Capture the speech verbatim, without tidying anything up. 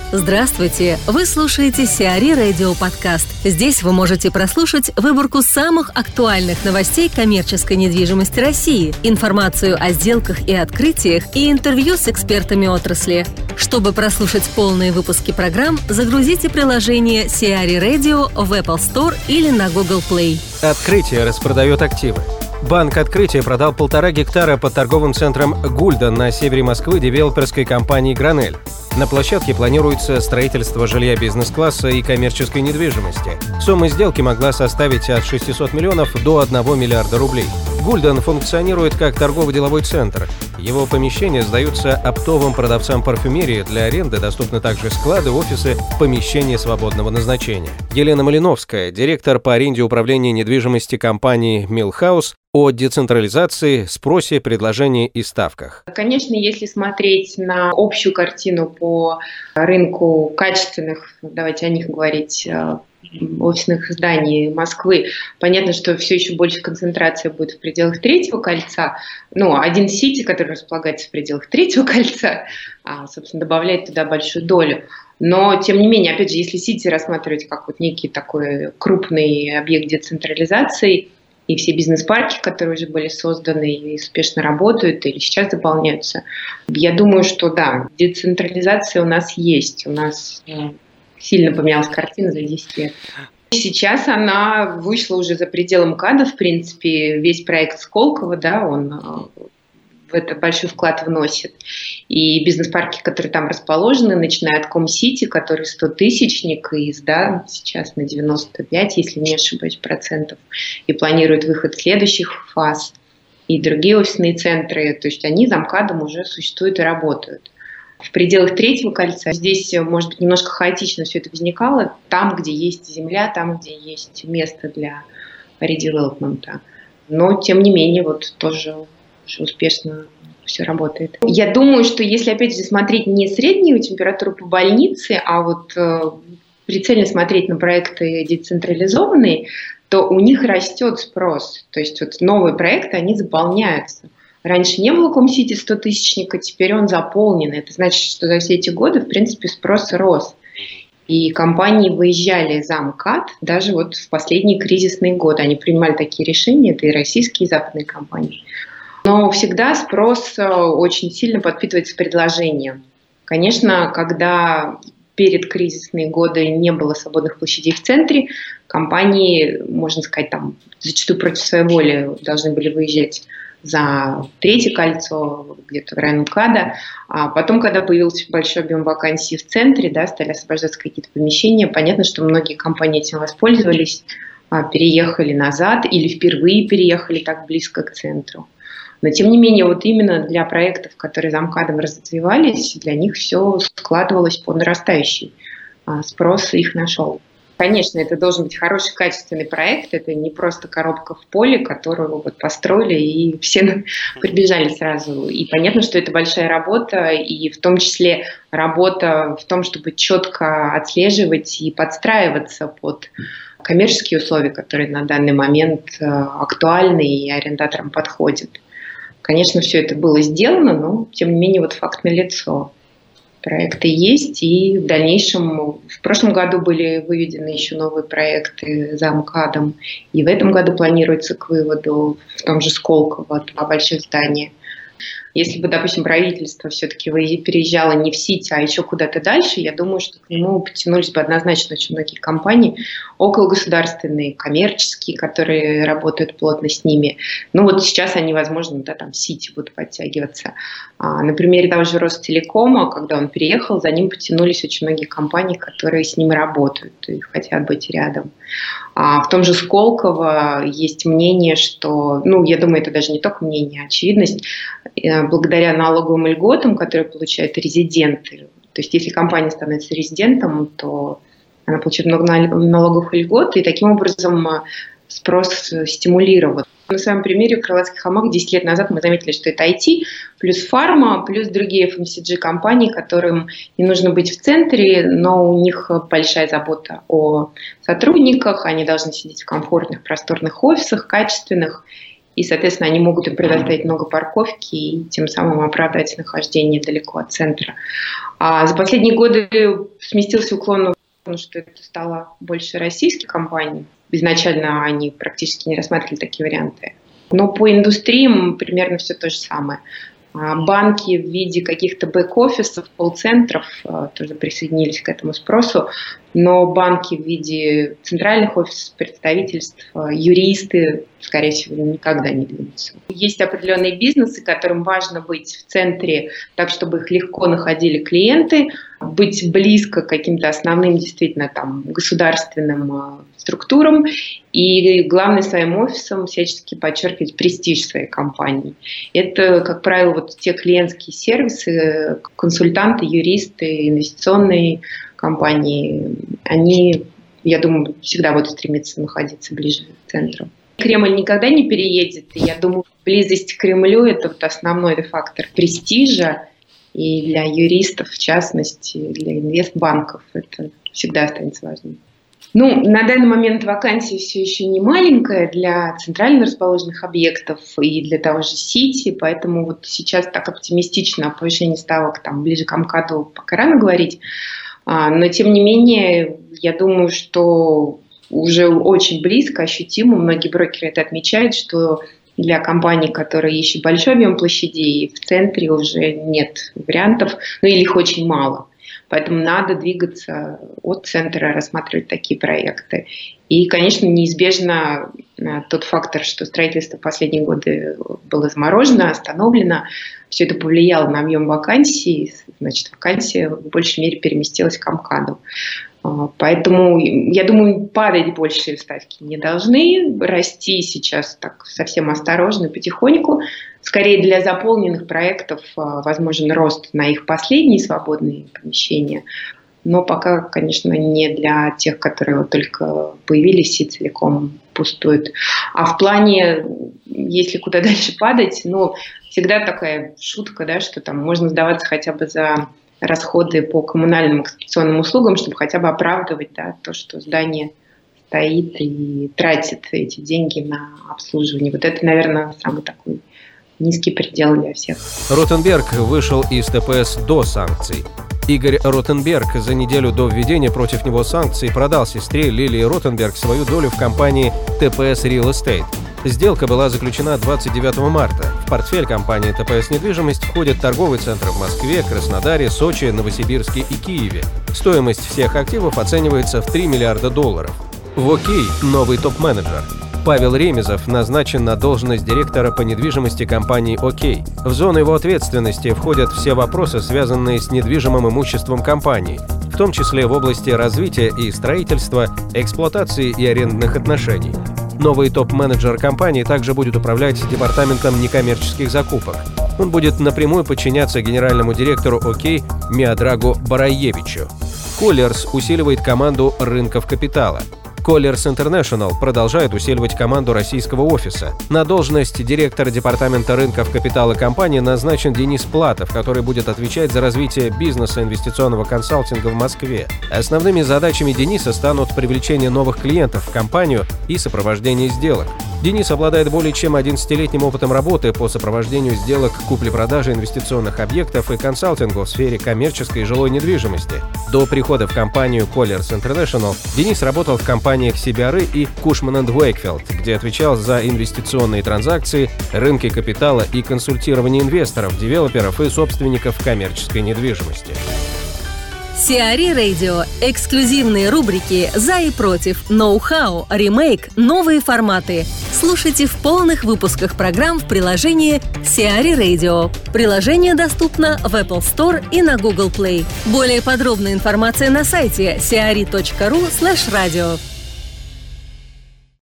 Здравствуйте! Вы слушаете Сиари Радио Подкаст. Здесь вы можете прослушать выборку самых актуальных новостей коммерческой недвижимости России, информацию о сделках и открытиях и интервью с экспертами отрасли. Чтобы прослушать полные выпуски программ, загрузите приложение Сиари Radio в Apple Store или на Google Play. Открытие распродает активы. Банк «Открытие» продал полтора гектара под торговым центром «Гульден» на севере Москвы девелоперской компании «Гранель». На площадке планируется строительство жилья бизнес-класса и коммерческой недвижимости. Сумма сделки могла составить от шестисот миллионов до одного миллиарда рублей. «Гульден» функционирует как торгово-деловой центр. Его помещения сдаются оптовым продавцам парфюмерии. Для аренды доступны также склады, офисы, помещения свободного назначения. Елена Малиновская, директор по аренде управления недвижимости компании «Милхаус», о децентрализации, спросе, предложении и ставках. Конечно, если смотреть на общую картину по рынку качественных, давайте о них говорить, офисных зданий Москвы, понятно, что все еще больше концентрация будет в пределах третьего кольца. Ну, один Сити, который располагается в пределах третьего кольца, собственно, добавляет туда большую долю. Но, тем не менее, опять же, если Сити рассматривать как вот некий такой крупный объект децентрализации, и все бизнес-парки, которые уже были созданы и успешно работают или сейчас заполняются, я думаю, что да, децентрализация у нас есть. У нас сильно поменялась картина за десять лет. Сейчас она вышла уже за пределы МКАДа, в принципе, весь проект Сколково, да, он в это большой вклад вносит. И бизнес-парки, которые там расположены, начиная от Ком-Сити, который стотысячник и сдан сейчас на девяносто пять, если не ошибаюсь, процентов, и планирует выход следующих фаз, и другие офисные центры, то есть они за МКАДом уже существуют и работают. В пределах третьего кольца здесь, может быть, немножко хаотично все это возникало, там, где есть земля, там, где есть место для редевелопмента. Но, тем не менее, вот тоже успешно все работает. Я думаю, что если, опять же, смотреть не среднюю температуру по больнице, а вот э, прицельно смотреть на проекты децентрализованные, то у них растет спрос. То есть вот новые проекты, они заполняются. Раньше не было Ком-Сити стотысячника, теперь он заполнен. Это значит, что за все эти годы, в принципе, спрос рос. И компании выезжали за МКАД даже вот в последние кризисные годы. Они принимали такие решения, это и российские, и западные компании. Но всегда спрос очень сильно подпитывается предложением. Конечно, когда перед кризисные годы не было свободных площадей в центре, компании, можно сказать, там зачастую против своей воли должны были выезжать за третье кольцо, где-то в районе МКАДа. А потом, когда появился большой объем вакансий в центре, да, стали освобождаться какие-то помещения, понятно, что многие компании этим воспользовались, переехали назад или впервые переехали так близко к центру. Но, тем не менее, вот именно для проектов, которые за МКАДом развивались, для них все складывалось по нарастающей. Спрос их нашел. Конечно, это должен быть хороший, качественный проект. Это не просто коробка в поле, которую вот построили, и все прибежали сразу. И понятно, что это большая работа, и в том числе работа в том, чтобы четко отслеживать и подстраиваться под коммерческие условия, которые на данный момент актуальны и арендаторам подходят. Конечно, все это было сделано, но, тем не менее, вот факт налицо. Проекты есть, и в дальнейшем, в прошлом году были выведены еще новые проекты за МКАДом, и в этом году планируется к выводу в том же Сколково два больших здания. Если бы, допустим, правительство все-таки переезжало не в Сити, а еще куда-то дальше, я думаю, что к нему потянулись бы однозначно очень многие компании, окологосударственные, коммерческие, которые работают плотно с ними. Ну вот сейчас они, возможно, да, там в Сити будут подтягиваться. А, на примере того же Ростелекома, когда он переехал, за ним потянулись очень многие компании, которые с ним работают и хотят быть рядом. А в том же Сколково есть мнение, что, ну, я думаю, это даже не только мнение, а очевидность, благодаря налоговым льготам, которые получают резиденты. То есть если компания становится резидентом, то она получает много налоговых льгот, и таким образом спрос стимулирован. На своем примере в Крылатских холмах десять лет назад мы заметили, что это ай ти, плюс фарма, плюс другие эф эм си джи-компании, которым не нужно быть в центре, но у них большая забота о сотрудниках, они должны сидеть в комфортных, просторных офисах, качественных. и, соответственно, они могут им предоставить много парковки и тем самым оправдать нахождение далеко от центра. А за последние годы сместился уклон, потому что это стало больше российских компаний. Изначально они практически не рассматривали такие варианты. Но по индустриям примерно все то же самое. Банки в виде каких-то бэк-офисов, колл-центров тоже присоединились к этому спросу, но банки в виде центральных офисов, представительств, юристы, скорее всего, никогда не двинутся. Есть определенные бизнесы, которым важно быть в центре так, чтобы их легко находили клиенты, быть близко к каким-то основным действительно там государственным структурам и, главное, своим офисом всячески подчеркивать престиж своей компании. Это, как правило, вот те клиентские сервисы, консультанты, юристы, инвестиционные компании, они, я думаю, всегда будут стремиться находиться ближе к центру. Кремль никогда не переедет, и я думаю, близость к Кремлю – это вот основной фактор престижа, и для юристов, в частности, для инвестбанков это всегда останется важным. Ну, на данный момент вакансия все еще не маленькая для центрально расположенных объектов и для того же Сити, поэтому вот сейчас так оптимистично о повышении ставок там, ближе к МКАДу пока рано говорить. Но, тем не менее, я думаю, что уже очень близко, ощутимо, многие брокеры это отмечают, что для компаний, которые ищут большой объем площадей, в центре уже нет вариантов, ну или их очень мало. Поэтому надо двигаться от центра, рассматривать такие проекты. И, конечно, неизбежно тот фактор, что строительство в последние годы было заморожено, остановлено, все это повлияло на объем вакансий, значит, вакансия в большей мере переместилась к МКАДу. Поэтому, я думаю, падать большие ставки не должны, расти сейчас так совсем осторожно, потихоньку. Скорее для заполненных проектов возможен рост на их последние свободные помещения, но пока, конечно, не для тех, которые вот только появились и целиком пустуют. А в плане, если куда дальше падать, ну, всегда такая шутка, да, что там можно сдаваться хотя бы за расходы по коммунальным эксплуатационным услугам, чтобы хотя бы оправдывать, да, то, что здание стоит и тратит эти деньги на обслуживание. Вот это, наверное, самый такой низкий предел для всех. Ротенберг вышел из ТПС до санкций. Игорь Ротенберг за неделю до введения против него санкций продал сестре Лилии Ротенберг свою долю в компании ТПС Real Estate. Сделка была заключена двадцать девятого марта. В портфель компании ТПС «Недвижимость» входят торговые центры в Москве, Краснодаре, Сочи, Новосибирске и Киеве. Стоимость всех активов оценивается в три миллиарда долларов. В ОК новый топ-менеджер. Павел Ремезов назначен на должность директора по недвижимости компании ОК. В зону его ответственности входят все вопросы, связанные с недвижимым имуществом компании, в том числе в области развития и строительства, эксплуатации и арендных отношений. Новый топ-менеджер компании также будет управлять департаментом некоммерческих закупок. Он будет напрямую подчиняться генеральному директору ОК Миодрагу Бараевичу. Colliers усиливает команду рынков капитала. Colliers International продолжает усиливать команду российского офиса. На должность директора департамента рынков капитала компании назначен Денис Платов, который будет отвечать за развитие бизнеса инвестиционного консалтинга в Москве. Основными задачами Дениса станут привлечение новых клиентов в компанию и сопровождение сделок. Денис обладает более чем одиннадцатилетним опытом работы по сопровождению сделок купли-продажи инвестиционных объектов и консалтингу в сфере коммерческой и жилой недвижимости. До прихода в компанию Colliers International Денис работал в компаниях си би ар и Cushman энд Wakefield, где отвечал за инвестиционные транзакции, рынки капитала и консультирование инвесторов, девелоперов и собственников коммерческой недвижимости. Сиари Radio. Эксклюзивные рубрики «За и против», «Ноу-хау», «Ремейк», «Новые форматы». Слушайте в полных выпусках программ в приложении Сиари Radio. Приложение доступно в Apple Store и на Google Play. Более подробная информация на сайте сиари точка ру слэш радио.